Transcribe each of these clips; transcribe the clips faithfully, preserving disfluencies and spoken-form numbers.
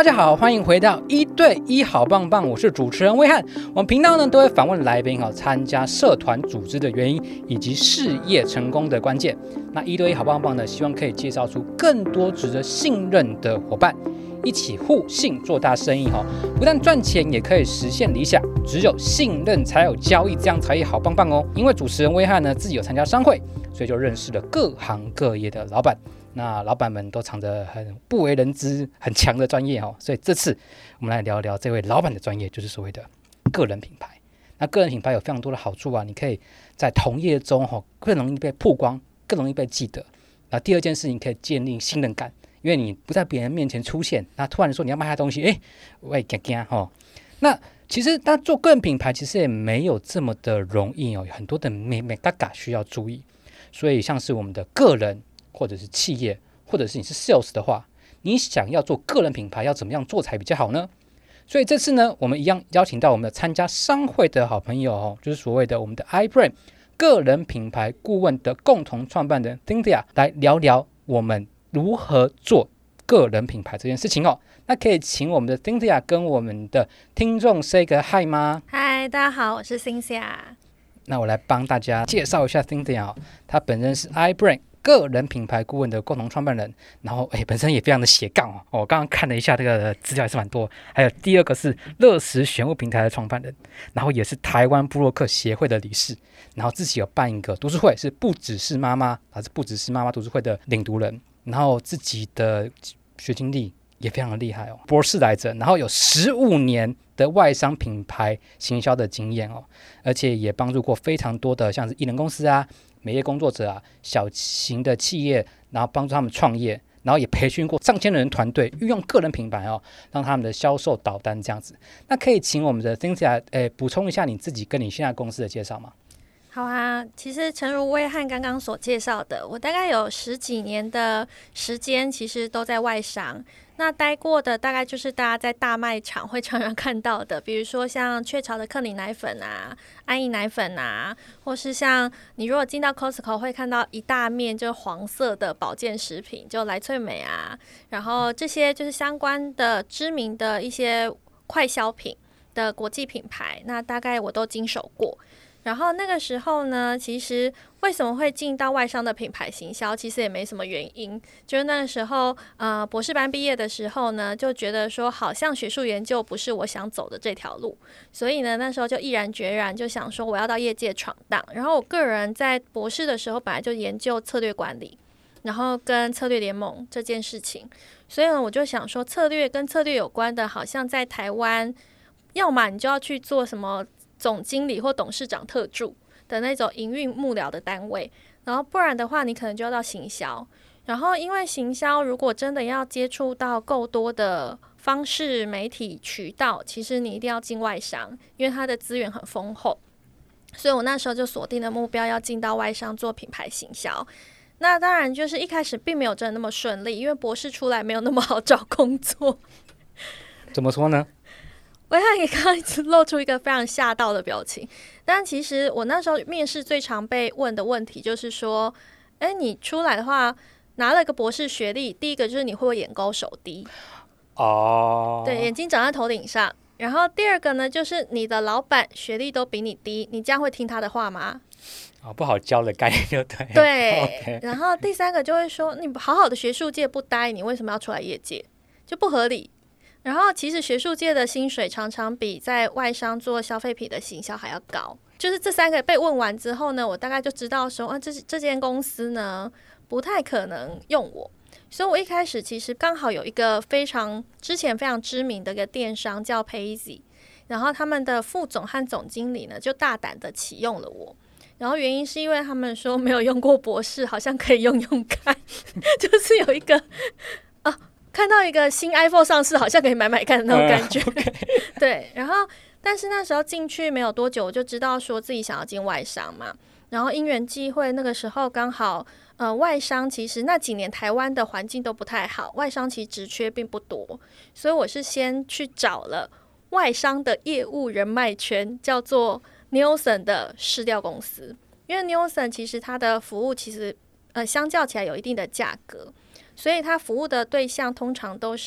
家好，欢迎回到一对一好棒棒，我是主持人威翰。我们频道呢都会访问来宾哈，参加社团组织的原因以及事业成功的关键。那一对一好棒棒呢，希望可以介绍出更多值得信任的伙伴，一起互信做大生意哈，不但赚钱也可以实现理想。只有信任才有交易，这样才也好棒棒哦。因为主持人威翰呢自己有参加商会，所以就认识了各行各业的老板。那老板们都藏着很不为人知、很强的专业哦，所以这次我们来聊聊这位老板的专业，就是所谓的个人品牌。那个人品牌有非常多的好处啊，你可以在同业中哈更容易被曝光，更容易被记得。那第二件事情可以建立信任感，因为你不在别人面前出现，那突然说你要卖他东西，哎，喂，惊惊哈。那其实他做个人品牌其实也没有这么的容易哦，有很多的眉眉角角需要注意。所以像是我们的个人，或者是企业，或者是你是 sales 的话，你想要做个人品牌，要怎么样做才比较好呢？所以这次呢，我们一样邀请到我们的参加商会的好朋友哦，就是所谓的我们的 iBrand 个人品牌顾问的共同创办人 Cynthia 来聊聊我们如何做个人品牌这件事情哦。那可以请我们的 Cynthia 跟我们的听众 say 个 hi 吗？ 嗨，大家好，我是 Cynthia。 那我来帮大家介绍一下 Cynthia 哦，她本身是 iBrand个人品牌顾问的共同创办人，然后诶本身也非常的斜杠哦。我刚刚看了一下这个资料也是蛮多。还有第二个是乐食选物平台的创办人，然后也是台湾部落客协会的理事，然后自己有办一个读书会，是不只是妈妈，还是不只是妈妈读书会的领读人，然后自己的学经历也非常的厉害哦，博士来着，然后有十五年的外商品牌行销的经验哦，而且也帮助过非常多的像是艺人公司啊、美业工作者啊、小型的企业，然后帮助他们创业，然后也培训过上千人团队，运用个人品牌哦，让他们的销售导单这样子。那可以请我们的 Cynthia 诶补充一下你自己跟你现在公司的介绍吗？ 好啊，其实诚如威翰刚刚所介绍的，我大概有十几年的时间，其实都在外商。那待过的大概就是大家在大卖场会常常看到的，比如说像雀巢的克林奶粉啊、安怡奶粉啊，或是像你如果进到 Costco 会看到一大面就黄色的保健食品，就来萃美啊，然后这些就是相关的知名的一些快消品的国际品牌，那大概我都经手过。然后那个时候呢，其实为什么会进到外商的品牌行销，其实也没什么原因。就是那个时候，呃，博士班毕业的时候呢，就觉得说好像学术研究不是我想走的这条路，所以呢，那时候就毅然决然就想说我要到业界闯荡。然后我个人在博士的时候本来就研究策略管理，然后跟策略联盟这件事情，所以呢，我就想说策略跟策略有关的，好像在台湾，要么你就要去做什么总经理或董事长特助的那种营运幕僚的单位，然后不然的话你可能就要到行销，然后因为行销如果真的要接触到够多的方式、媒体渠道，其实你一定要进外商，因为它的资源很丰厚，所以我那时候就锁定的目标要进到外商做品牌行销。那当然就是一开始并没有真的那么顺利，因为博士出来没有那么好找工作。 怎么说呢？ 威翰也刚刚一直露出一个非常吓到的表情，但其实我那时候面试最常被问的问题就是说，哎，你出来的话拿了个博士学历，第一个就是你会不会眼高手低哦， 对，眼睛长在头顶上，然后第二个呢就是你的老板学历都比你低，你这样会听他的话吗？ 哦，不好教的概念就对。 对 okay 然后第三个就会说，你好好的学术界不待，你为什么要出来业界？就不合理。然后其实学术界的薪水常常比在外商做消费品的行销还要高。就是这三个被问完之后呢，我大概就知道说，啊，这这间公司呢不太可能用我。所以我一开始其实刚好有一个非常之前非常知名的一个电商叫 Payzy， 然后他们的副总和总经理呢就大胆的启用了我。然后原因是因为他们说没有用过博士，好像可以用用看，就是有一个啊。看到一个新 iPhone 上市，好像可以买买看的那种感觉。uh, okay. 对，然后但是那时候进去没有多久，我就知道说自己想要进外商嘛。然后因缘际会，那个时候刚好呃外商其实那几年台湾的环境都不太好，外商其实职缺并不多，所以我是先去找了外商的业务人脉圈，叫做 Nielsen 的市调公司。因为 Nielsen 其实它的服务其实呃相较起来有一定的价格。所以他服务的对象通常都是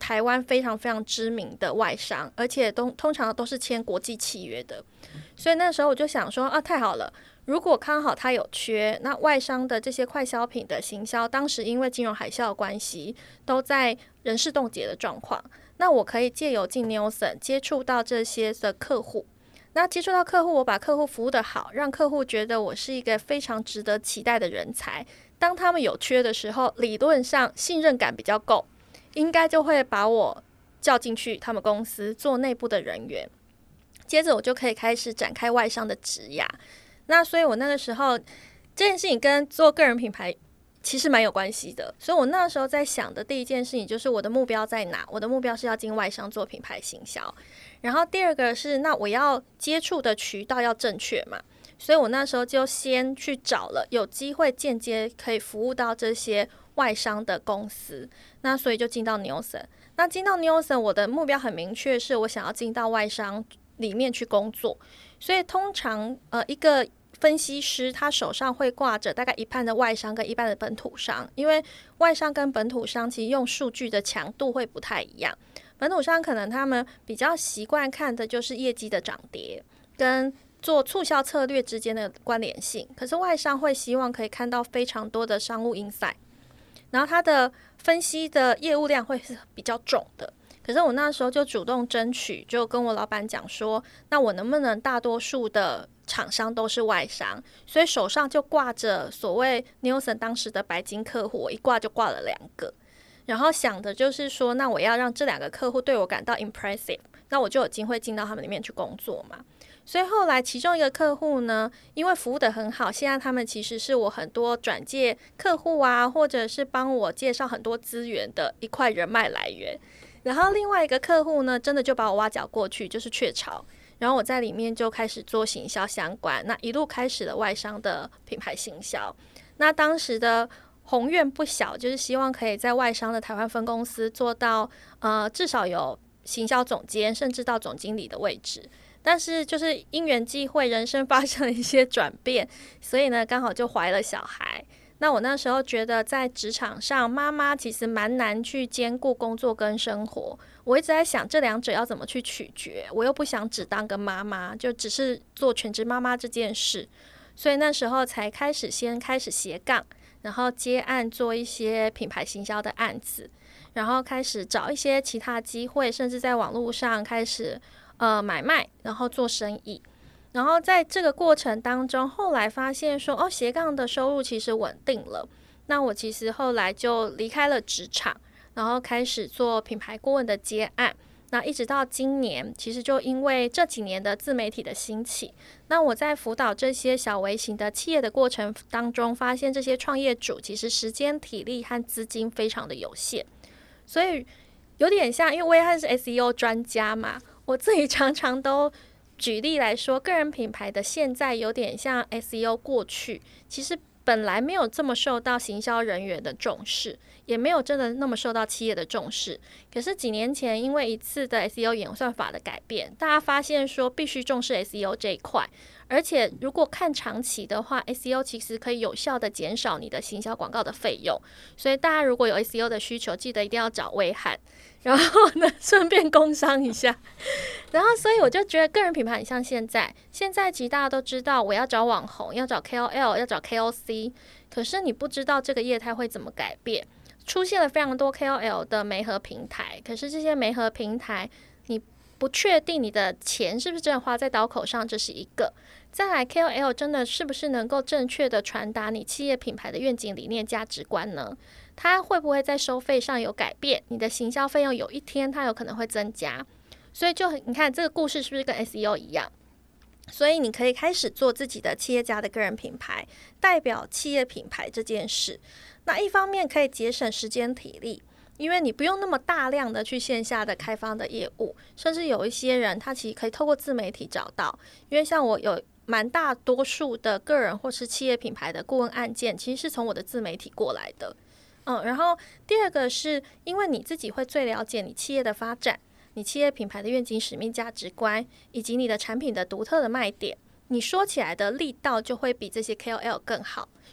台湾非常非常知名的外商，而且都通常都是签国际契约的，所以那时候我就想说啊，太好了，如果刚好他有缺，那外商的这些快消品的行销，当时因为金融海啸的关系，都在人事冻结的状况，那我可以借由进 Nielsen 接触到这些的客户，那接触到客户，我把客户服务的好，让客户觉得我是一个非常值得期待的人才，当他们有缺的时候，理论上信任感比较够，应该就会把我叫进去他们公司做内部的人员，接着我就可以开始展开外商的职涯。那所以我那个时候这件事情跟做个人品牌其实蛮有关系的，所以我那时候在想的第一件事情就是我的目标在哪，我的目标是要进外商做品牌行销，然后第二个是那我要接触的渠道要正确嘛，所以我那时候就先去找了有机会间接可以服务到这些外商的公司，那所以就进到 Nielsen。 那进到 Nielsen 我的目标很明确，是我想要进到外商里面去工作，所以通常呃一个分析师他手上会挂着大概一半的外商跟一半的本土商，因为外商跟本土商其实用数据的强度会不太一样，本土商可能他们比较习惯看的就是业绩的涨跌跟做促销策略之间的关联性，可是外商会希望可以看到非常多的商务 insight， 然后他的分析的业务量会是比较重的，可是我那时候就主动争取，就跟我老板讲说，那我能不能大多数的厂商都是外商，所以手上就挂着所谓 Nielsen 当时的白金客户，我一挂就挂了两个，然后想的就是说，那我要让这两个客户对我感到 impressive， 那我就有机会进到他们里面去工作嘛。所以后来其中一个客户呢，因为服务的很好，现在他们其实是我很多转介客户啊，或者是帮我介绍很多资源的一块人脉来源。然后另外一个客户呢，真的就把我挖角过去，就是雀巢，然后我在里面就开始做行销相关，那一路开始了外商的品牌行销。那当时的宏愿不小，就是希望可以在外商的台湾分公司做到呃至少有行销总监，甚至到总经理的位置。但是就是因缘际会，人生发生了一些转变，所以呢刚好就怀了小孩。那我那时候觉得在职场上，妈妈其实蛮难去兼顾工作跟生活，我一直在想这两者要怎么去取决，我又不想只当个妈妈，就只是做全职妈妈这件事，所以那时候才开始先开始斜杠，然后接案做一些品牌行销的案子，然后开始找一些其他机会，甚至在网络上开始呃买卖，然后做生意。然后在这个过程当中，后来发现说，哦，斜杠的收入其实稳定了。那我其实后来就离开了职场，然后开始做品牌顾问的接案。那一直到今年，其实就因为这几年的自媒体的兴起，那我在辅导这些小微型的企业的过程当中，发现这些创业主其实时间、体力和资金非常的有限，所以有点像，因为威汉是 S E O 专家嘛，我自己常常都举例来说，个人品牌的现在有点像 S E O 过去，其实本来没有这么受到行销人员的重视，也没有真的那么受到企业的重视。可是几年前，因为一次的 S E O 演算法的改变，大家发现说必须重视 S E O 这一块，而且如果看长期的话， S E O 其实可以有效的减少你的行销广告的费用。所以大家如果有 S E O 的需求，记得一定要找威汉。然后呢，顺便工商一下。然后所以我就觉得个人品牌很像现在，现在其实大家都知道我要找网红，要找 K O L， 要找 K O C， 可是你不知道这个业态会怎么改变。出现了非常多 K O L 的媒合平台，可是这些媒合平台你不确定你的钱是不是真的花在刀口上，这是一个。再来 K O L 真的是不是能够正确的传达你企业品牌的愿景理念价值观呢？它会不会在收费上有改变？你的行销费用有一天它有可能会增加，所以就你看这个故事是不是跟 S E O 一样？所以你可以开始做自己的企业家的个人品牌，代表企业品牌这件事。那一方面可以节省时间体力，因为你不用那么大量的去线下的开发的业务，甚至有一些人他其实可以透过自媒体找到，因为像我有蛮大多数的个人或是企业品牌的顾问案件，其实是从我的自媒体过来的。嗯，然后第二个是因为你自己会最了解你企业的发展，你企业品牌的愿景、使命、价值观，以及你的产品的独特的卖点，你说起来的力道就会比这些 K O L 更好。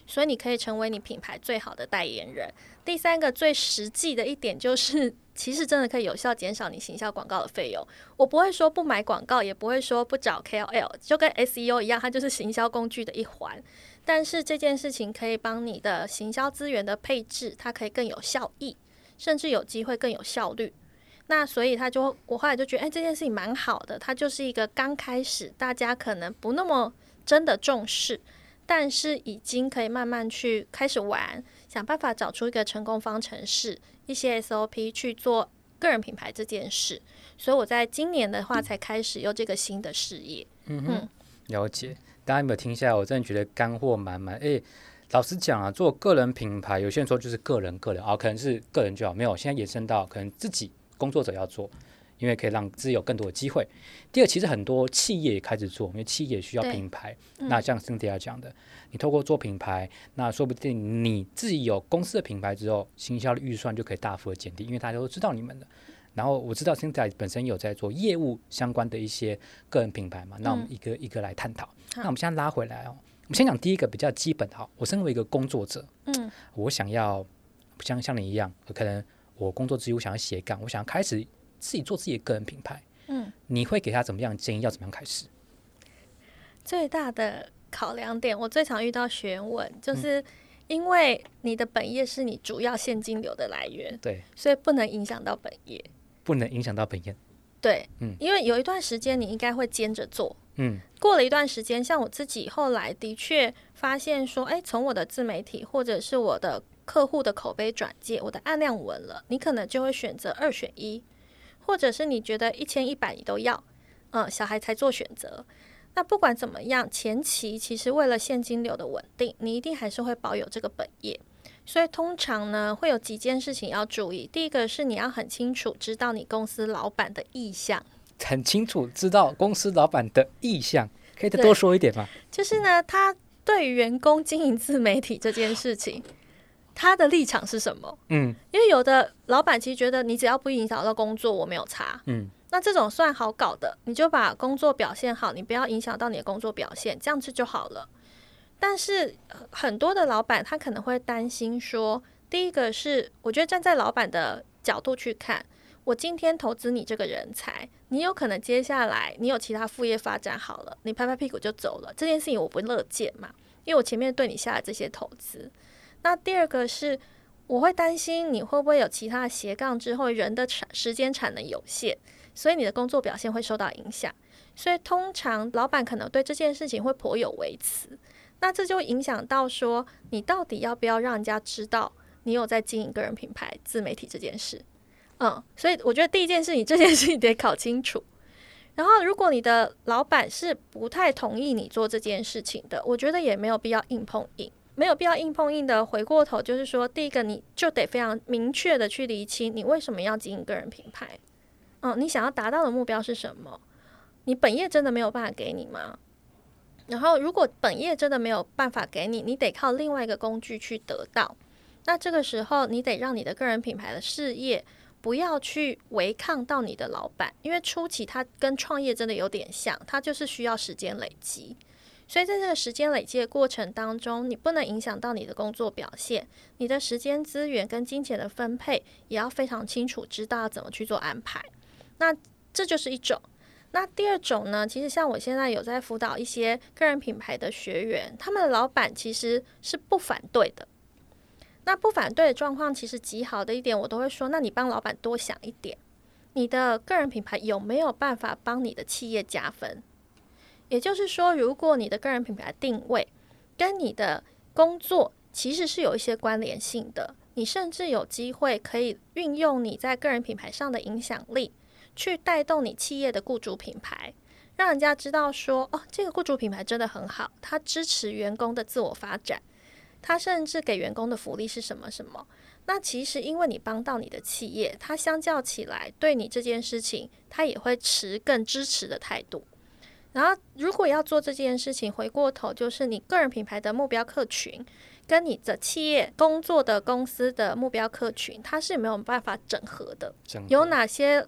所以你可以成为你品牌最好的代言人。第三个最实际的一点就是，其实真的可以有效减少你行销广告的费用。我不会说不买广告，也不会说不找 K O L， 就跟 S E O 一样，它就是行销工具的一环。但是这件事情可以帮你的行销资源的配置，它可以更有效益，甚至有机会更有效率。那所以他就，我后来就觉得，哎，这件事情蛮好的。它就是一个刚开始，大家可能不那么真的重视，但是已经可以慢慢去开始玩，想办法找出一个成功方程式，一些 S O P 去做个人品牌这件事。所以我在今年的话才开始有这个新的事业。 嗯哼，嗯，了解。大家有没有听下来？我真的觉得干货满满。哎，老实讲啊，做个人品牌，有些人说就是个人个人啊，可能是个人就好，没有。现在延伸到可能自己工作者要做，因为可以让自己有更多的机会。第二，其实很多企业也开始做，因为企业需要品牌。嗯、那像 Cynthia 讲的，你透过做品牌，那说不定你自己有公司的品牌之后，行销的预算就可以大幅的减低，因为大家都知道你们的。然后我知道 Cynthia 本身有在做业务相关的一些个人品牌嘛，那我们一个一个来探讨。嗯、那我们现在拉回来哦，我们先讲第一个比较基本。好，我身为一个工作者，嗯，我想要像像你一样，可能我工作之余我想要斜杠，我想要开始自己做自己的个人品牌，嗯，你会给他怎么样的建议？要怎么样开始？ 最大的考量点，我最常遇到学员问，就是因为你的本业是你主要现金流的来源， 对， 所以不能影响到本业。 不能影响到本业， 对，嗯，因为有一段时间你应该会兼着做， 嗯， 过了一段时间，像我自己后来的确发现说，哎，从我的自媒体或者是我的客户的口碑转介，我的案量稳了，你可能就会选择二选一，或者是你觉得一千一百你都要，嗯，小孩才做选择。那不管怎么样，前期其实为了现金流的稳定，你一定还是会保有这个本业。所以通常呢，会有几件事情要注意。第一个是你要很清楚知道你公司老板的意向， 很清楚知道公司老板的意向，可以再多说一点吗？ 就是呢，他对于员工经营自媒体这件事情，他的立场是什么？嗯，因为有的老板其实觉得你只要不影响到工作，我没有差。嗯，那这种算好搞的，你就把工作表现好，你不要影响到你的工作表现，这样子就好了。但是很多的老板他可能会担心说，第一个是我觉得站在老板的角度去看，我今天投资你这个人才，你有可能接下来你有其他副业发展好了，你拍拍屁股就走了，这件事情我不乐见嘛，因为我前面对你下了这些投资。那第二个是我会担心你会不会有其他的斜杠之后，人的产时间产能有限，所以你的工作表现会受到影响，所以通常老板可能对这件事情会颇有微词。那这就影响到说，你到底要不要让人家知道你有在经营个人品牌自媒体这件事。嗯，所以我觉得第一件事你这件事情得搞清楚。然后如果你的老板是不太同意你做这件事情的，我觉得也没有必要硬碰硬。没有必要硬碰硬的回过头就是说，第一个你就得非常明确的去厘清你为什么要经营个人品牌。嗯，你想要达到的目标是什么？你本业真的没有办法给你吗？然后如果本业真的没有办法给你，你得靠另外一个工具去得到。那这个时候你得让你的个人品牌的事业不要去违抗到你的老板，因为初期它跟创业真的有点像，它就是需要时间累积。所以在这个时间累积的过程当中，你不能影响到你的工作表现，你的时间资源跟金钱的分配也要非常清楚知道怎么去做安排。那这就是一种。那第二种呢，其实像我现在有在辅导一些个人品牌的学员，他们的老板其实是不反对的。那不反对的状况其实极好的一点，我都会说，那你帮老板多想一点，你的个人品牌有没有办法帮你的企业加分？也就是说，如果你的个人品牌定位跟你的工作其实是有一些关联性的，你甚至有机会可以运用你在个人品牌上的影响力，去带动你企业的雇主品牌，让人家知道说，哦，这个雇主品牌真的很好，它支持员工的自我发展，它甚至给员工的福利是什么什么。那其实因为你帮到你的企业，它相较起来对你这件事情，它也会持更支持的态度。然后如果要做这件事情，回过头就是你个人品牌的目标客群跟你的企业工作的公司的目标客群，它是没有办法整合的。整合有哪些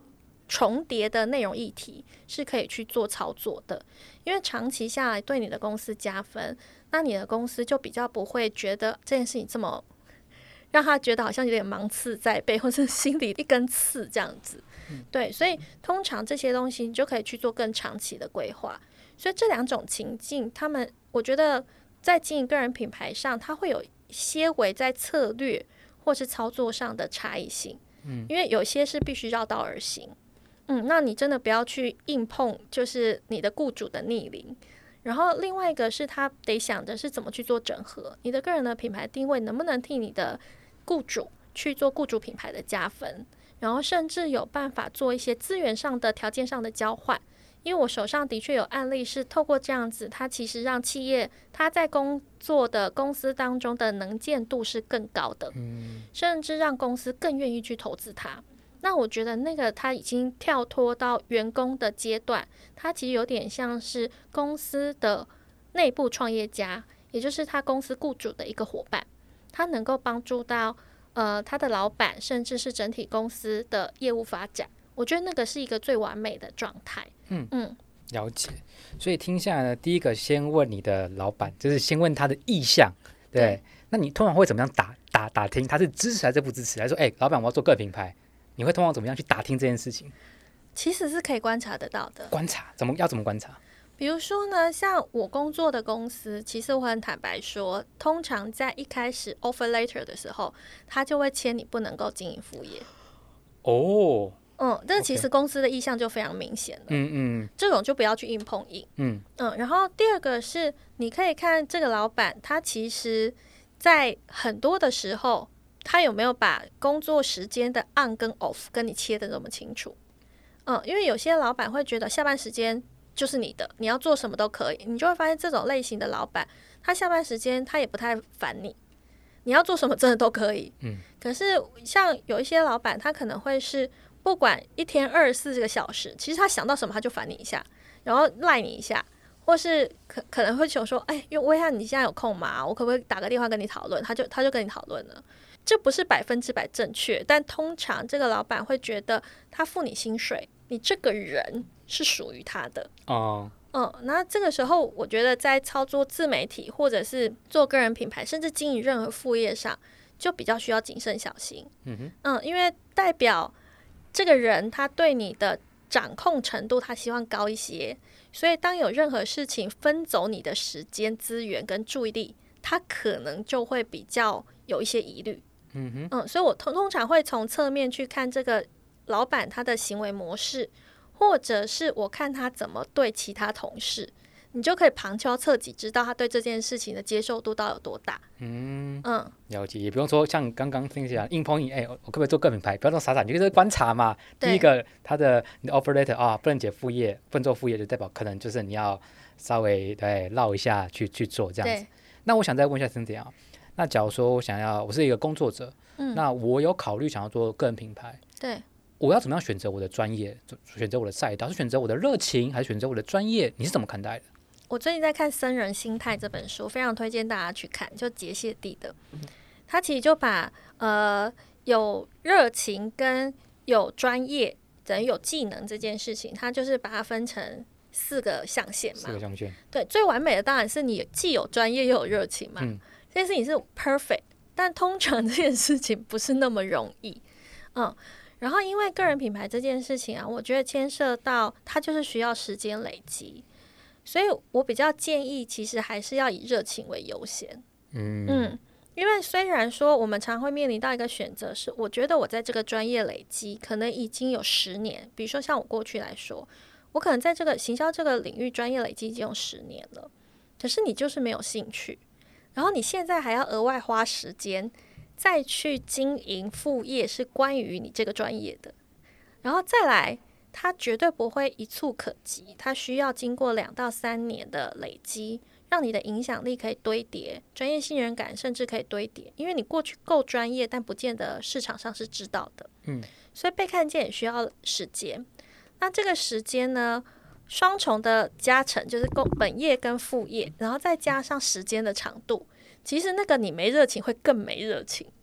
重叠的内容议题是可以去做操作的，因为长期下来对你的公司加分，那你的公司就比较不会觉得这件事情这么让他觉得好像有点芒刺在背，或是心里一根刺这样子。对，所以通常这些东西你就可以去做更长期的规划。所以这两种情境，他们我觉得在经营个人品牌上，它会有些微在策略或是操作上的差异性。嗯，因为有些是必须绕道而行。嗯，那你真的不要去硬碰，就是你的雇主的逆鳞。然后另外一个是他得想的是怎么去做整合，你的个人的品牌定位能不能替你的雇主去做雇主品牌的加分，然后甚至有办法做一些资源上的条件上的交换。因为我手上的确有案例是透过这样子，它其实让企业它在工作的公司当中的能见度是更高的，甚至让公司更愿意去投资它。那我觉得那个它已经跳脱到员工的阶段，它其实有点像是公司的内部创业家，也就是他公司雇主的一个伙伴，他能够帮助到呃他的老板，甚至是整体公司的业务发展。我觉得那个是一个最完美的状态。 嗯嗯，了解。所以听下来呢，第一个先问你的老板，就是先问他的意向， 对, 对。那你通常会怎么样打打打听他是支持还是不支持？还是说，哎、欸，老板我要做个人品牌，你会通常怎么样去打听这件事情？ 其实是可以观察得到的。 观察怎么要怎么观察？ 比如说呢，像我工作的公司，其实我很坦白说，通常在一开始 offer letter 的时候，他就会签你不能够经营副业。 哦。 嗯，这其实公司的意向就非常明显了。嗯嗯，这种就不要去硬碰硬。嗯嗯，然后第二个是，你可以看这个老板，他其实在很多的时候，他有没有把工作时间的 on 跟 off 跟你切得那么清楚。嗯，因为有些老板会觉得下班时间就是你的，你要做什么都可以，你就会发现这种类型的老板，他下班时间他也不太烦你，你要做什么真的都可以。嗯，可是像有一些老板，他可能会是不管一天二十四个小时，其实他想到什么他就烦你一下，然后赖你一下，或是 可, 可能会想说，哎，因为威汉你现在有空吗？我可不可以打个电话跟你讨论？他就他就跟你讨论了。这不是百分之百正确，但通常这个老板会觉得他付你薪水，你这个人是属于他的。哦，嗯，那这个时候我觉得在操作自媒体或者是做个人品牌，甚至经营任何副业上，就比较需要谨慎小心。嗯哼，嗯，因为代表这个人他对你的掌控程度他希望高一些，所以当有任何事情分走你的时间资源跟注意力，他可能就会比较有一些疑虑。嗯哼，嗯，所以我通通常会从侧面去看这个老板他的行为模式，或者是我看他怎么对其他同事，你就可以旁敲侧击知道他对这件事情的接受度到底有多大。嗯嗯， 了解，也不用说像刚刚听起来硬碰硬，哎，我可不可以做个人品牌？不要说傻傻，你就是观察嘛。第一个，他的你的 offer letter 啊，不能解副业，不能做副业，就代表可能就是你要稍微对绕一下去去做这样子。那我想再问一下Cynthia啊，那假如说我想要，我是一个工作者，嗯，那我有考虑想要做个人品牌， 对， 我要怎么样选择我的专业，选择我的赛道，是选择我的热情，还是选择我的专业？你是怎么看待的？ 我最近在看《僧人心态》这本书，非常推荐大家去看，就杰谢蒂的。他其实就把呃有热情跟有专业等于有技能这件事情，他就是把它分成四个象限嘛。 四个象限。对， 最完美的当然是你既有专业又有热情嘛。嗯，这件事情是 perfect， 但通常这件事情不是那么容易。嗯，然后因为个人品牌这件事情啊，我觉得牵涉到它就是需要时间累积。所以我比较建议其实还是要以热情为优先。 嗯, 嗯因为虽然说我们常会面临到一个选择是，我觉得我在这个专业累积可能已经有十年，比如说像我过去来说，我可能在这个行销这个领域专业累积已经有十年了，可是你就是没有兴趣，然后你现在还要额外花时间再去经营副业是关于你这个专业的，然后再来它绝对不会一蹴可及，它需要经过两到三年的累积，让你的影响力可以堆叠，专业信任感甚至可以堆叠，因为你过去够专业，但不见得市场上是知道的。嗯，所以被看见也需要时间。那这个时间呢，双重的加成就是本业跟副业，然后再加上时间的长度，其实那个你没热情会更没热情。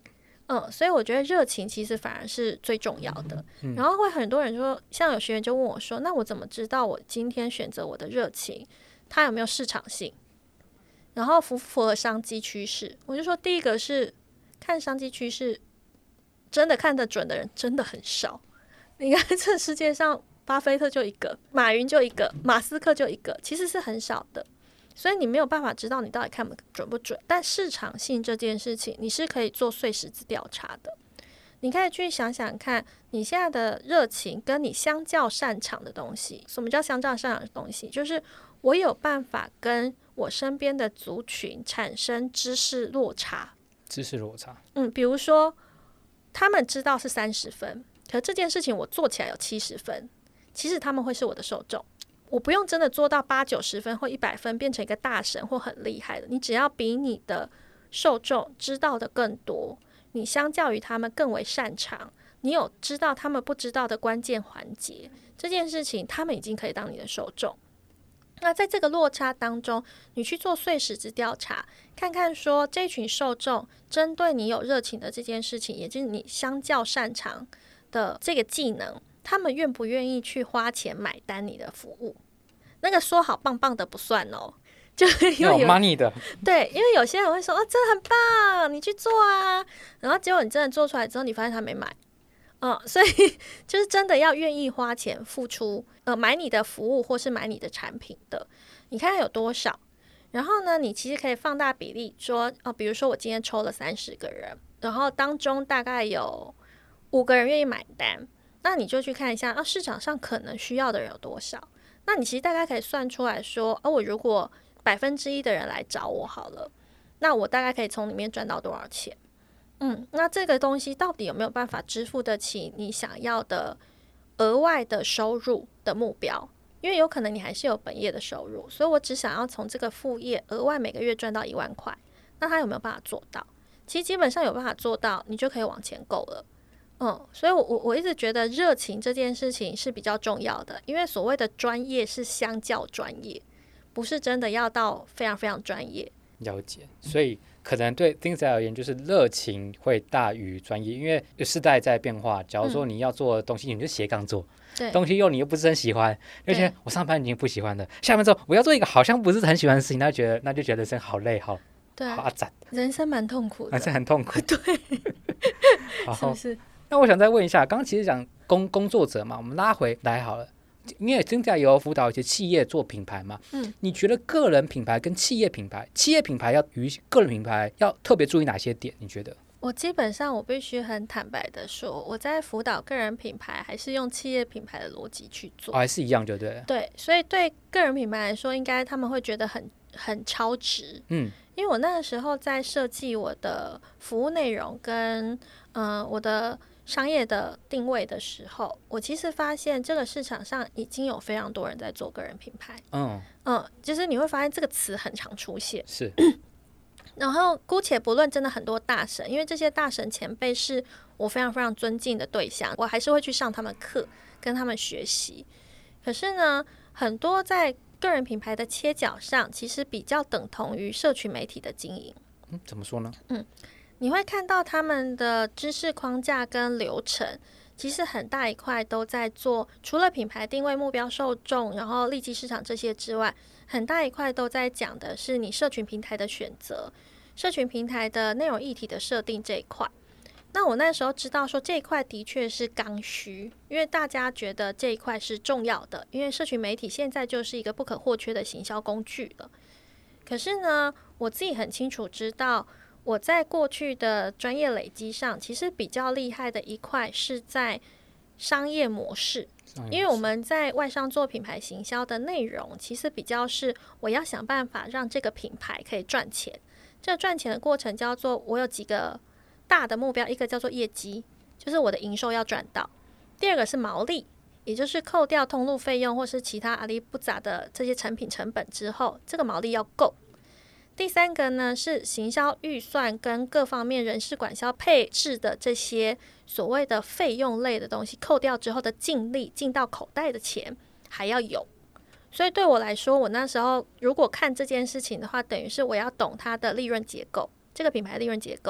嗯，所以我觉得热情其实反而是最重要的。嗯、然后会很多人说，像有学员就问我说，那我怎么知道我今天选择我的热情它有没有市场性，然后符不符合商机趋势？我就说第一个是看商机趋势，真的看得准的人真的很少。你看这世界上巴菲特就一个，马云就一个，马斯克就一个，其实是很少的。所以你没有办法知道你到底看不准不准，但市场性这件事情你是可以做碎石子调查的。你可以去想想看，你现在的热情跟你相较擅长的东西，什么叫相较擅长的东西？就是我有办法跟我身边的族群产生知识落差。 知识落差， 嗯，比如说他们知道是三十分，可这件事情我做起来有七十分，其实他们会是我的受众。我不用真的做到八九十分或一百分变成一个大神或很厉害的，你只要比你的受众知道的更多，你相较于他们更为擅长，你有知道他们不知道的关键环节，这件事情他们已经可以当你的受众。那在这个落差当中，你去做碎石子调查，看看说这群受众针对你有热情的这件事情，也就是你相较擅长的这个技能，他们愿不愿意去花钱买单你的服务？那个说好棒棒的不算哦，就因为有 money 的， 对，因为有些人会说哦，真的很棒，你去做啊，然后结果你真的做出来之后，你发现他没买，嗯，所以就是真的要愿意花钱付出，呃，买你的服务或是买你的产品的，你看看有多少。然后呢，你其实可以放大比例说，哦，比如说我今天抽了三十个人，然后当中大概有五个人愿意买单。那你就去看一下，啊，市场上可能需要的人有多少？那你其实大概可以算出来说，哦，我如果百分之一的人来找我好了，那我大概可以从里面赚到多少钱？嗯，那这个东西到底有没有办法支付得起你想要的额外的收入的目标？因为有可能你还是有本业的收入，所以我只想要从这个副业额外每个月赚到一万块，那他有没有办法做到？其实基本上有办法做到，你就可以往前够了。嗯，所以我我我一直觉得热情这件事情是比较重要的，因为所谓的专业是相较专业，不是真的要到非常非常专业。 了解，所以可能对丁仔而言，就是热情会大于专业，因为时代在变化。假如说你要做的东西，嗯、你就斜杠做， 对， 东西又你又不是很喜欢，而且我上班已经不喜欢了，下班之后我要做一个好像不是很喜欢的事情，那就觉得那就觉得人生好累，好对， 好阿展， 人生蛮痛苦的， 人生很痛苦， 对， 是不是？ 那我想再问一下，刚刚其实讲工工作者嘛，我们拉回来好了。因为丁仔有辅导一些企业做品牌嘛，嗯，你觉得个人品牌跟企业品牌，企业品牌要与个人品牌要特别注意哪些点？你觉得？ 我基本上我必须很坦白的说，我在辅导个人品牌还是用企业品牌的逻辑去做， 哦、还是一样就对了。 对，所以对个人品牌来说，应该他们会觉得很很超值，嗯，因为我那个时候在设计我的服务内容跟嗯、呃、我的商业的定位的时候，我其实发现这个市场上已经有非常多人在做个人品牌，嗯嗯，就是你会发现这个词很常出现， 是。 然后姑且不论真的很多大神，因为这些大神前辈是我非常非常尊敬的对象，我还是会去上他们课，跟他们学习。可是呢，很多在个人品牌的切角上，其实比较等同于社群媒体的经营。 嗯，怎么说呢？ 嗯。你会看到他们的知识框架跟流程，其实很大一块都在做，除了品牌定位、目标受众，然后利基市场这些之外，很大一块都在讲的是你社群平台的选择，社群平台的内容议题的设定这一块。那我那时候知道说这一块的确是刚需，因为大家觉得这一块是重要的，因为社群媒体现在就是一个不可或缺的行销工具了。可是呢，我自己很清楚知道，我在过去的专业累积上，其实比较厉害的一块是在商业模式，因为我们在外商做品牌行销的内容，其实比较是我要想办法让这个品牌可以赚钱。这个赚钱的过程叫做我有几个大的目标，一个叫做业绩，就是我的营收要赚到；第二个是毛利，也就是扣掉通路费用或是其他阿里不杂的这些成品成本之后，这个毛利要够。第三个呢是行销预算跟各方面人事管销配置的这些所谓的费用类的东西，扣掉之后的净利进到口袋的钱还要有。所以对我来说，我那时候如果看这件事情的话，等于是我要懂它的利润结构，这个品牌利润结构，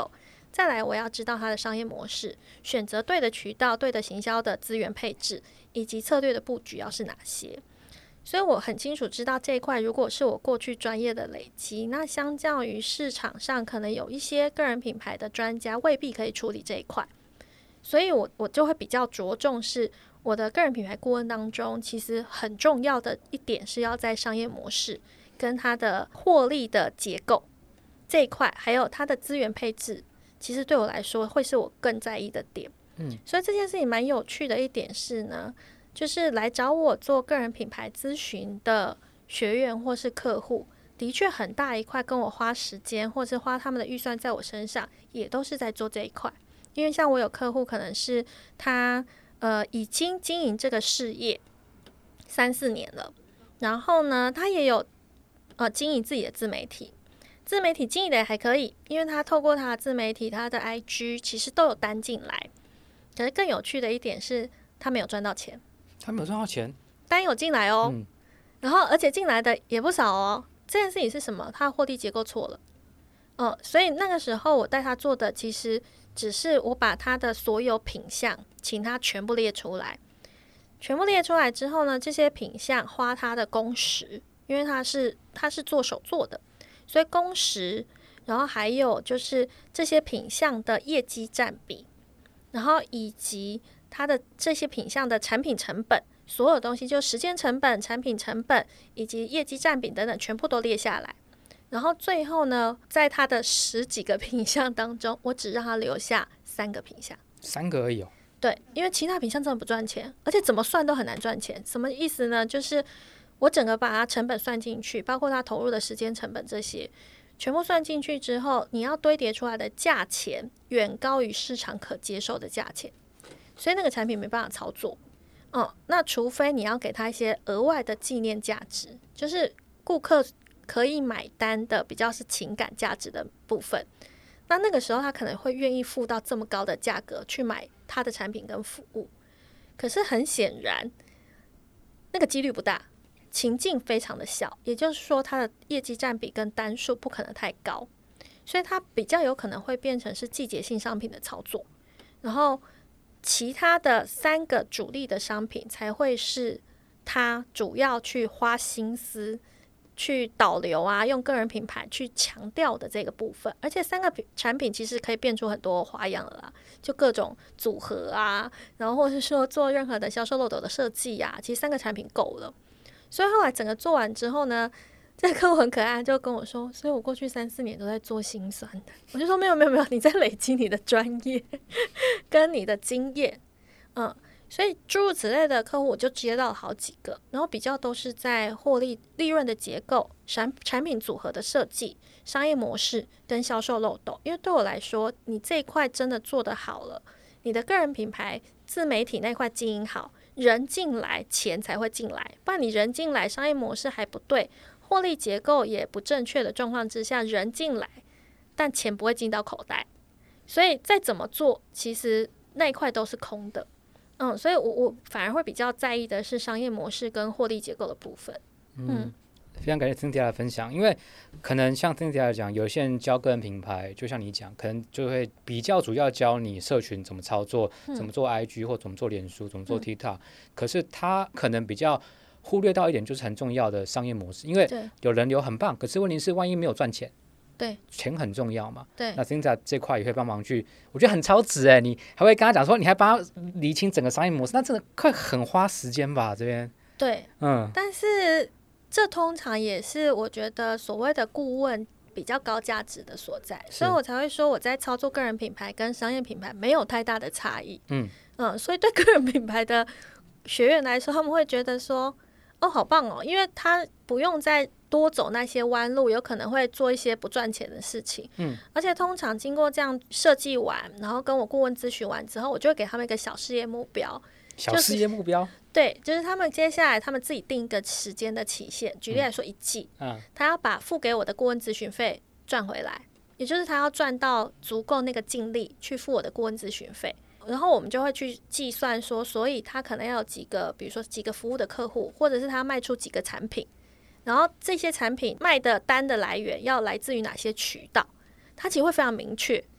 再来我要知道它的商业模式，选择对的渠道、对的行销的资源配置，以及策略的布局要是哪些。所以我很清楚知道这一块如果是我过去专业的累积，那相较于市场上可能有一些个人品牌的专家未必可以处理这一块，所以我我就会比较着重是我的个人品牌顾问当中，其实很重要的一点是要在商业模式跟它的获利的结构这一块，还有它的资源配置，其实对我来说会是我更在意的点。嗯，所以这件事情蛮有趣的一点是呢，就是来找我做个人品牌咨询的学员或是客户，的确很大一块跟我花时间或是花他们的预算在我身上，也都是在做这一块。因为像我有客户可能是他呃已经经营这个事业三四年了，然后呢他也有呃经营自己的自媒体，自媒体经营的也还可以，因为他透过他的自媒体他的 I G 其实都有单进来。可是更有趣的一点是他没有赚到钱， 他没有赚到钱， 单有进来哦、嗯、然后而且进来的也不少哦。这件事情是什么？他的获利结构错了、呃、所以那个时候我带他做的其实只是我把他的所有品项请他全部列出来，全部列出来之后呢，这些品项花他的工时，因为他是他是做手做的，所以工时，然后还有就是这些品项的业绩占比，然后以及它的这些品项的产品成本，所有东西就时间成本、产品成本以及业绩占比等等全部都列下来。然后最后呢，在它的十几个品项当中，我只让他留下三个品项， 三个而已哦。 对，因为其他品项真的不赚钱，而且怎么算都很难赚钱。什么意思呢？就是我整个把它成本算进去，包括它投入的时间成本这些全部算进去之后，你要堆叠出来的价钱远高于市场可接受的价钱，所以那个产品没办法操作。嗯，那除非你要给他一些额外的纪念价值，就是顾客可以买单的比较是情感价值的部分，那那个时候他可能会愿意付到这么高的价格去买他的产品跟服务。可是很显然那个几率不大，情境非常的小，也就是说它的业绩占比跟单数不可能太高，所以它比较有可能会变成是季节性商品的操作，然后其他的三个主力的商品才会是它主要去花心思去导流啊，用个人品牌去强调的这个部分。而且三个产品其实可以变出很多花样了啦，就各种组合啊，然后或是说做任何的销售漏斗的设计啊，其实三个产品够了。所以后来整个做完之后呢，这个客户很可爱，就跟我说，所以我过去三四年都在做心酸的。我就说没有没有没有，你在累积你的专业跟你的经验。嗯，所以诸如此类的客户我就接到了好几个，然后比较都是在获利利润的结构、产产品组合的设计、商业模式跟销售漏斗。因为对我来说，你这一块真的做得好了，你的个人品牌自媒体那块经营好，人进来钱才会进来，不然你人进来商业模式还不对，获利结构也不正确的状况之下，人进来但钱不会进到口袋，所以再怎么做其实那一块都是空的。嗯，所以我我反而会比较在意的是商业模式跟获利结构的部分。嗯， 嗯非常感谢 Cynthia 的分享。因为可能像 Cynthia 来讲，有些人教个人品牌，就像你讲，可能就会比较主要教你社群怎么操作，嗯、怎么做 I G 或怎么做脸书，怎么做 TikTok、嗯。可是他可能比较忽略到一点，就是很重要的商业模式。因为有人流很棒，可是问题是万一没有赚钱。 对， 钱很重要嘛。 对， 那 Cynthia 这块也会帮忙去，我觉得很超值哎，你还会跟他讲说，你还帮他厘清整个商业模式，那真的会很花时间吧？这边对，嗯，但是这通常也是我觉得所谓的顾问比较高价值的所在，所以我才会说我在操作个人品牌跟商业品牌没有太大的差异。嗯嗯，所以对个人品牌的学员来说，他们会觉得说，哦，好棒哦，因为他不用再多走那些弯路，有可能会做一些不赚钱的事情。嗯，而且通常经过这样设计完，然后跟我顾问咨询完之后，我就会给他们一个小事业目标。 小事业目标、就是、 对，就是他们接下来他们自己定一个时间的期限，举例来说一季、嗯、他要把付给我的顾问咨询费赚回来，也就是他要赚到足够那个净利去付我的顾问咨询费。然后我们就会去计算说，所以他可能要有几个，比如说几个服务的客户，或者是他卖出几个产品，然后这些产品卖的单的来源要来自于哪些渠道，它其实会非常明确。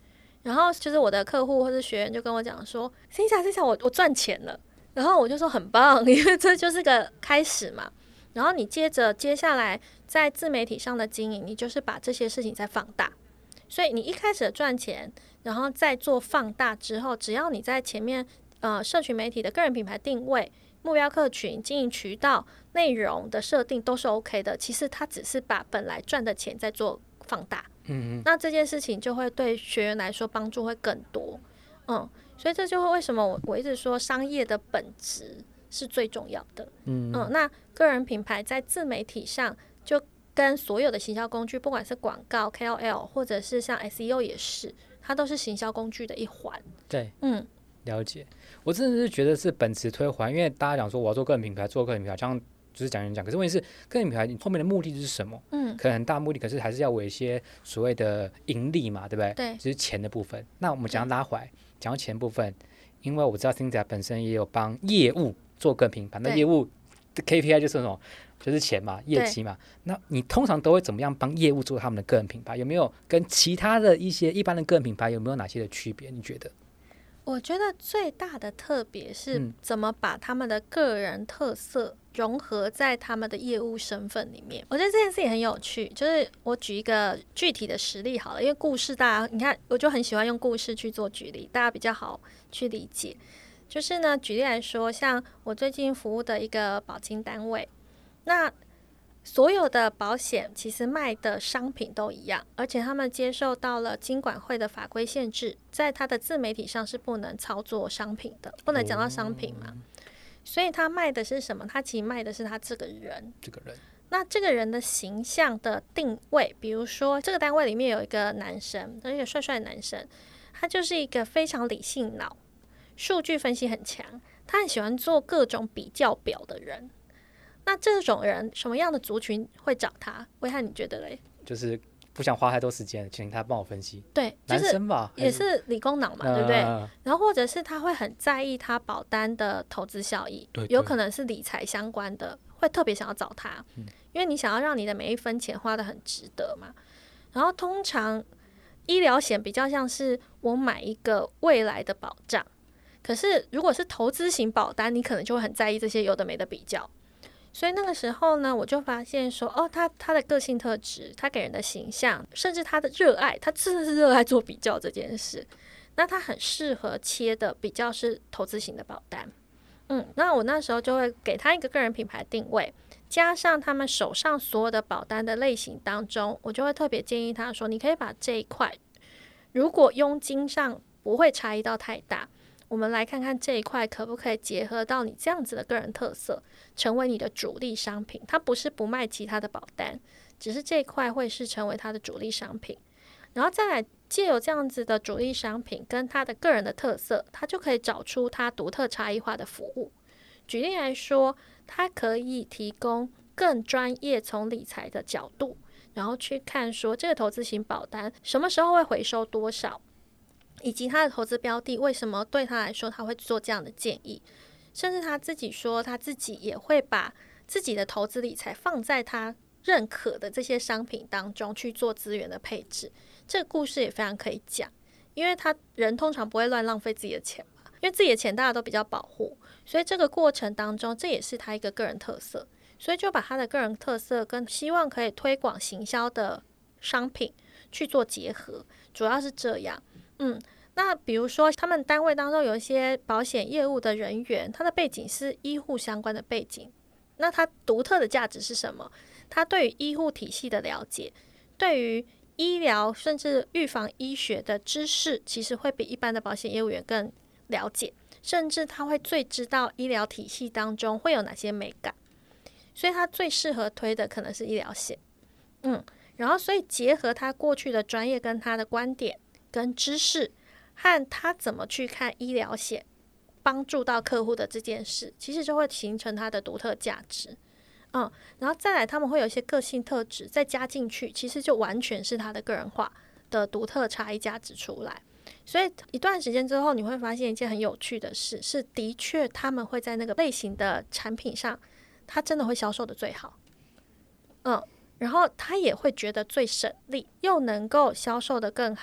然后就是我的客户或是学员就跟我讲说 Cynthia Cynthia 我我赚钱了，然后我就说很棒，因为这就是个开始嘛。然后你接着接下来在自媒体上的经营，你就是把这些事情再放大。所以你一开始的赚钱，然后再做放大之后，只要你在前面呃社群媒体的个人品牌定位、目标客群、经营渠道、内容的设定都是 OK 的。其实它只是把本来赚的钱再做放大。嗯，那这件事情就会对学员来说帮助会更多。嗯，所以这就会为什么我我一直说商业的本质是最重要的。嗯, 嗯，那个人品牌在自媒体上就跟所有的行销工具，不管是广告 K O L 或者是像 S E O 也是，它都是行销工具的一环。 对，嗯，了解。我真的是觉得是本质推环，因为大家讲说我要做个人品牌，做个人品牌，这样就是讲讲讲。可是问题是，个人品牌后面的目的是什么？嗯，可能很大目的，可是还是要有一些所谓的盈利嘛，对不对？ 对， 就是钱的部分。那我们讲拉回来，讲到钱部分，因为我知道 Cynthia 本身也有帮业务做个人品牌，那业务的 K P I 就是那种就是钱嘛，业绩嘛。那你通常都会怎么样帮业务做他们的个人品牌？有没有跟其他的一些一般的个人品牌有没有哪些的区别？你觉得？ 我觉得最大的特别是怎么把他们的个人特色融合在他们的业务身份里面。我觉得这件事情很有趣，就是我举一个具体的实例好了，因为故事大家你看，我就很喜欢用故事去做举例，大家比较好去理解。就是呢，举例来说，像我最近服务的一个保金单位，那所有的保险其实卖的商品都一样，而且他们接受到了金管会的法规限制，在他的自媒体上是不能操作商品的，不能讲到商品嘛。所以他卖的是什么？他其实卖的是他这个人， 这个人。 那这个人的形象的定位，比如说这个单位里面有一个男生，一个帅帅的男生，他就是一个非常理性脑，数据分析很强，他很喜欢做各种比较表的人。那这种人什么样的族群会找他？威翰，你觉得嘞？ 就是不想花太多时间，请他帮我分析。 对， 男生吧， 也是理工脑嘛， 呃、 对不对？然后或者是他会很在意他保单的投资效益， 对对， 有可能是理财相关的，会特别想要找他，嗯，因为你想要让你的每一分钱花得很值得嘛。然后通常医疗险比较像是我买一个未来的保障，可是如果是投资型保单，你可能就会很在意这些有的没的比较。所以那个时候呢，我就发现说，哦，他他的个性特质，他给人的形象，甚至他的热爱，他真的是热爱做比较这件事。那他很适合切的比较是投资型的保单，嗯，那我那时候就会给他一个个人品牌定位，加上他们手上所有的保单的类型当中，我就会特别建议他说，你可以把这一块，如果佣金上不会差异到太大，我们来看看这一块可不可以结合到你这样子的个人特色，成为你的主力商品。它不是不卖其他的保单，只是这一块会是成为它的主力商品。然后再来借由这样子的主力商品跟他的个人的特色，他就可以找出他独特差异化的服务。举例来说，他可以提供更专业从理财的角度，然后去看说这个投资型保单什么时候会回收多少，以及他的投资标的为什么对他来说他会做这样的建议，甚至他自己说他自己也会把自己的投资理财放在他认可的这些商品当中去做资源的配置。这个故事也非常可以讲，因为他人通常不会乱浪费自己的钱嘛，因为自己的钱大家都比较保护，所以这个过程当中这也是他一个个人特色，所以就把他的个人特色跟希望可以推广行销的商品去做结合，主要是这样。嗯，那比如说他们单位当中有一些保险业务的人员，他的背景是医护相关的背景，那他独特的价值是什么？他对于医护体系的了解，对于医疗甚至预防医学的知识，其实会比一般的保险业务员更了解，甚至他会最知道医疗体系当中会有哪些美感，所以他最适合推的可能是医疗险。嗯，然后所以结合他过去的专业跟他的观点跟知识，和他怎么去看医疗险帮助到客户的这件事，其实就会形成他的独特价值。嗯，然后再来他们会有一些个性特质再加进去，其实就完全是他的个人化的独特差异价值出来。所以一段时间之后，你会发现一件很有趣的事，是的确他们会在那个类型的产品上，他真的会销售的最好。嗯，然后他也会觉得最省力，又能够销售的更好，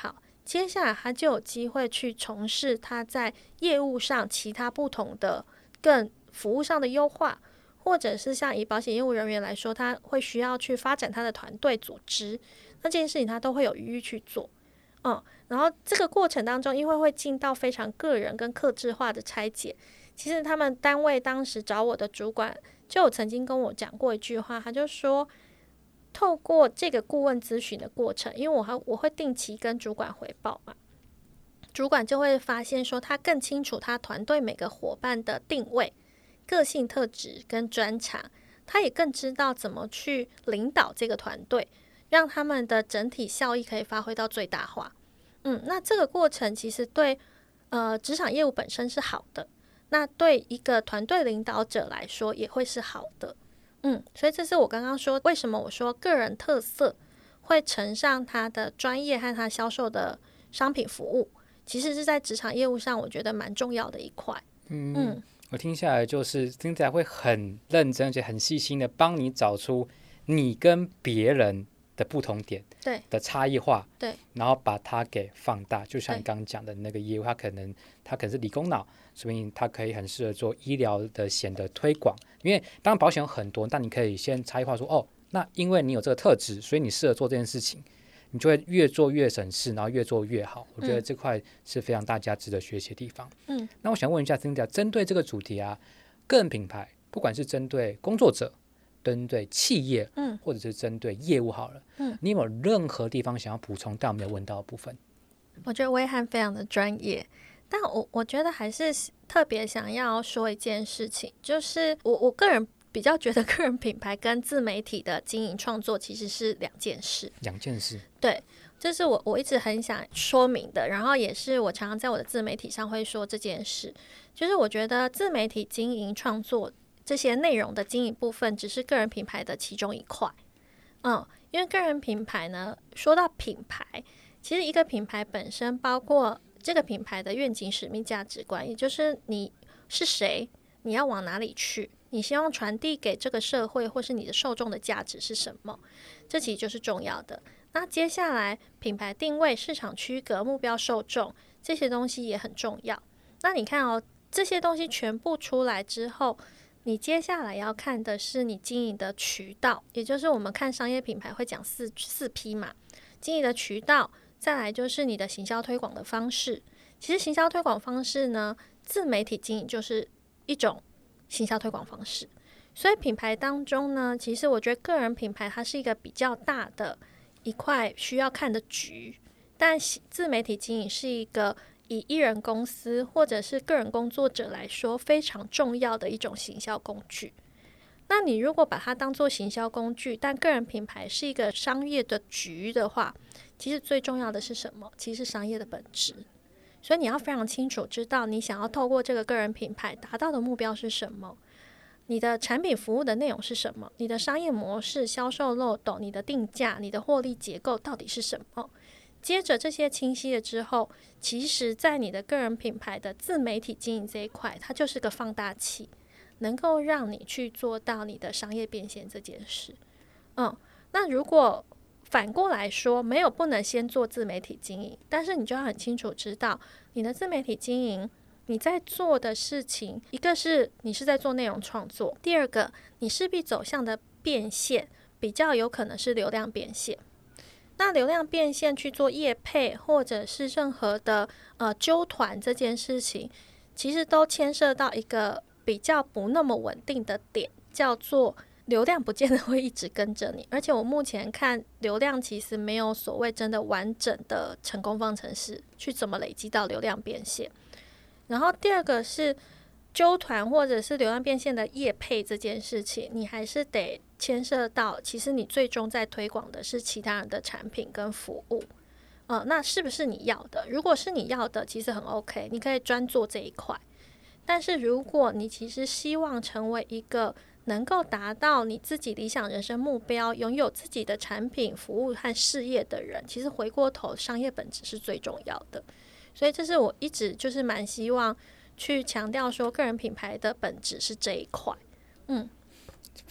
接下来他就有机会去从事他在业务上其他不同的更服务上的优化，或者是像以保险业务人员来说，他会需要去发展他的团队组织，那这件事情他都会有余裕去做。嗯，然后这个过程当中，因为会进到非常个人跟客制化的拆解，其实他们单位当时找我的主管就有曾经跟我讲过一句话，他就说，透过这个顾问咨询的过程，因为我还我会定期跟主管回报嘛，主管就会发现说，他更清楚他团队每个伙伴的定位、个性特质跟专长，他也更知道怎么去领导这个团队，让他们的整体效益可以发挥到最大化。嗯，那这个过程其实对呃职场业务本身是好的，那对一个团队领导者来说也会是好的。嗯，所以这是我刚刚说为什么我说个人特色会乘上他的专业和他销售的商品服务，其实是在职场业务上我觉得蛮重要的一块。 嗯，嗯我听下来就是听起来会很认真而且很细心的帮你找出你跟别人的不同点， 对的差异化， 对， 然后把它给放大。就像你刚刚讲的那个业务，他可能他可能是理工脑，所以他可以很适合做医疗的险的推广。因为当然保险有很多，但你可以先差异化说，哦，那因为你有这个特质，所以你适合做这件事情，你就会越做越省事，然后越做越好。我觉得这块是非常大家值得学习的地方。嗯，那我想问一下 Cynthia， 针对这个主题啊，个人品牌，不管是针对工作者，针对企业，嗯，或者是针对业务好了，嗯，你有没有任何地方想要补充但我没有问到的部分？ 我觉得威翰非常的专业，但我我觉得还是特别想要说一件事情，就是我我个人比较觉得个人品牌跟自媒体的经营创作其实是两件事。 两件事， 对，这是我我一直很想说明的，然后也是我常常在我的自媒体上会说这件事，就是我觉得自媒体经营创作这些内容的经营部分只是个人品牌的其中一块。嗯，因为个人品牌呢，说到品牌，其实一个品牌本身包括这个品牌的愿景、使命、价值观，也就是你是谁，你要往哪里去，你希望传递给这个社会或是你的受众的价值是什么，这其实就是重要的。那接下来品牌定位、市场区隔、目标受众这些东西也很重要。那你看哦，这些东西全部出来之后，你接下来要看的是你经营的渠道，也就是我们看商业品牌会讲四四 P 嘛，经营的渠道，再来就是你的行销推广的方式。其实行销推广方式呢，自媒体经营就是一种行销推广方式。所以品牌当中呢，其实我觉得个人品牌它是一个比较大的一块需要看的局，但自媒体经营是一个以艺人公司或者是个人工作者来说非常重要的一种行销工具。那你如果把它当作行销工具，但个人品牌是一个商业的局的话，其实最重要的是什么？其实是商业的本质。所以你要非常清楚知道你想要透过这个个人品牌达到的目标是什么，你的产品服务的内容是什么，你的商业模式、销售漏斗、你的定价、你的获利结构到底是什么。接着这些清晰了之后，其实在你的个人品牌的自媒体经营这一块，它就是个放大器，能够让你去做到你的商业变现这件事。嗯，那如果反过来说，没有不能先做自媒体经营，但是你就要很清楚知道你的自媒体经营你在做的事情，一个是你是在做内容创作，第二个你势必走向的变现比较有可能是流量变现。那流量变现去做业配或者是任何的呃揪团这件事情，其实都牵涉到一个比较不那么稳定的点，叫做流量不见得会一直跟着你，而且我目前看流量其实没有所谓真的完整的成功方程式去怎么累积到流量变现。然后第二个是揪团或者是流量变现的业配这件事情，你还是得牵涉到其实你最终在推广的是其他人的产品跟服务。呃，那是不是你要的？如果是你要的，其实很 OK， 你可以专做这一块。但是如果你其实希望成为一个能够达到你自己理想人生目标，拥有自己的产品服务和事业的人，其实回过头商业本质是最重要的。所以这是我一直就是蛮希望去强调说，个人品牌的本质是这一块。嗯， 非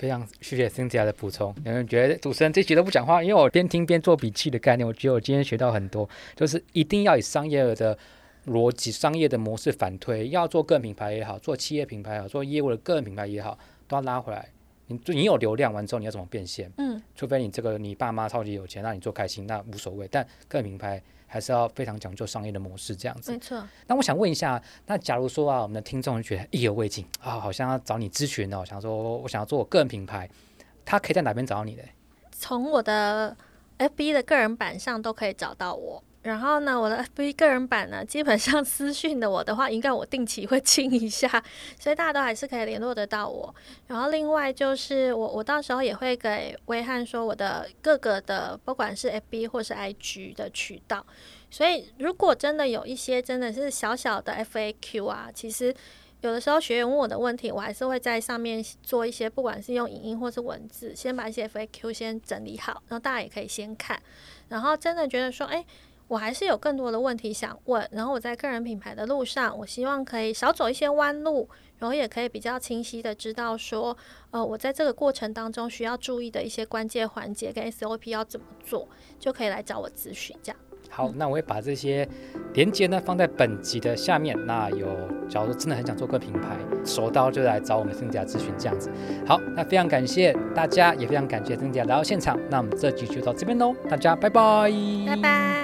非常谢谢 Cynthia 的补充。有人觉得主持人这集都不讲话，因为我边听边做笔记的概念，我觉得我今天学到很多，就是一定要以商业的逻辑、商业的模式反推，要做个人品牌也好，做企业品牌也好，做业务的个人品牌也好，都要拉回来。你你有流量完之后，你要怎么变现？嗯，除非你这个你爸妈超级有钱，那你做开心那无所谓，但个人品牌还是要非常讲究商业的模式这样子。 没错。 那我想问一下，那假如说啊，我们的听众觉得意犹未尽啊，好像要找你咨询哦，想说我想要做我个人品牌，他可以在哪边找到你的？ 从我的 F B 的个人版上都可以找到我。然后呢，我的 F B 个人版呢，基本上私讯的我的话，应该我定期会清一下，所以大家都还是可以联络得到我。然后另外就是我，我到时候也会给威翰说我的各个的，不管是 F B 或是 I G 的渠道。所以如果真的有一些真的是小小的 F A Q 啊，其实有的时候学员问我的问题，我还是会在上面做一些，不管是用影音或是文字，先把一些 F A Q 先整理好，然后大家也可以先看。然后真的觉得说，哎，我还是有更多的问题想问，然后我在个人品牌的路上，我希望可以少走一些弯路，然后也可以比较清晰的知道说，呃，我在这个过程当中需要注意的一些关键环节跟 S O P 要怎么做，就可以来找我咨询这样。 好，那我会把这些连结呢放在本集的下面。那有，假如说真的很想做个品牌，手刀就来找我们Cynthia咨询这样子。好，那非常感谢大家，也非常感谢Cynthia来到现场。那我们这集就到这边喽，大家拜拜， 拜拜。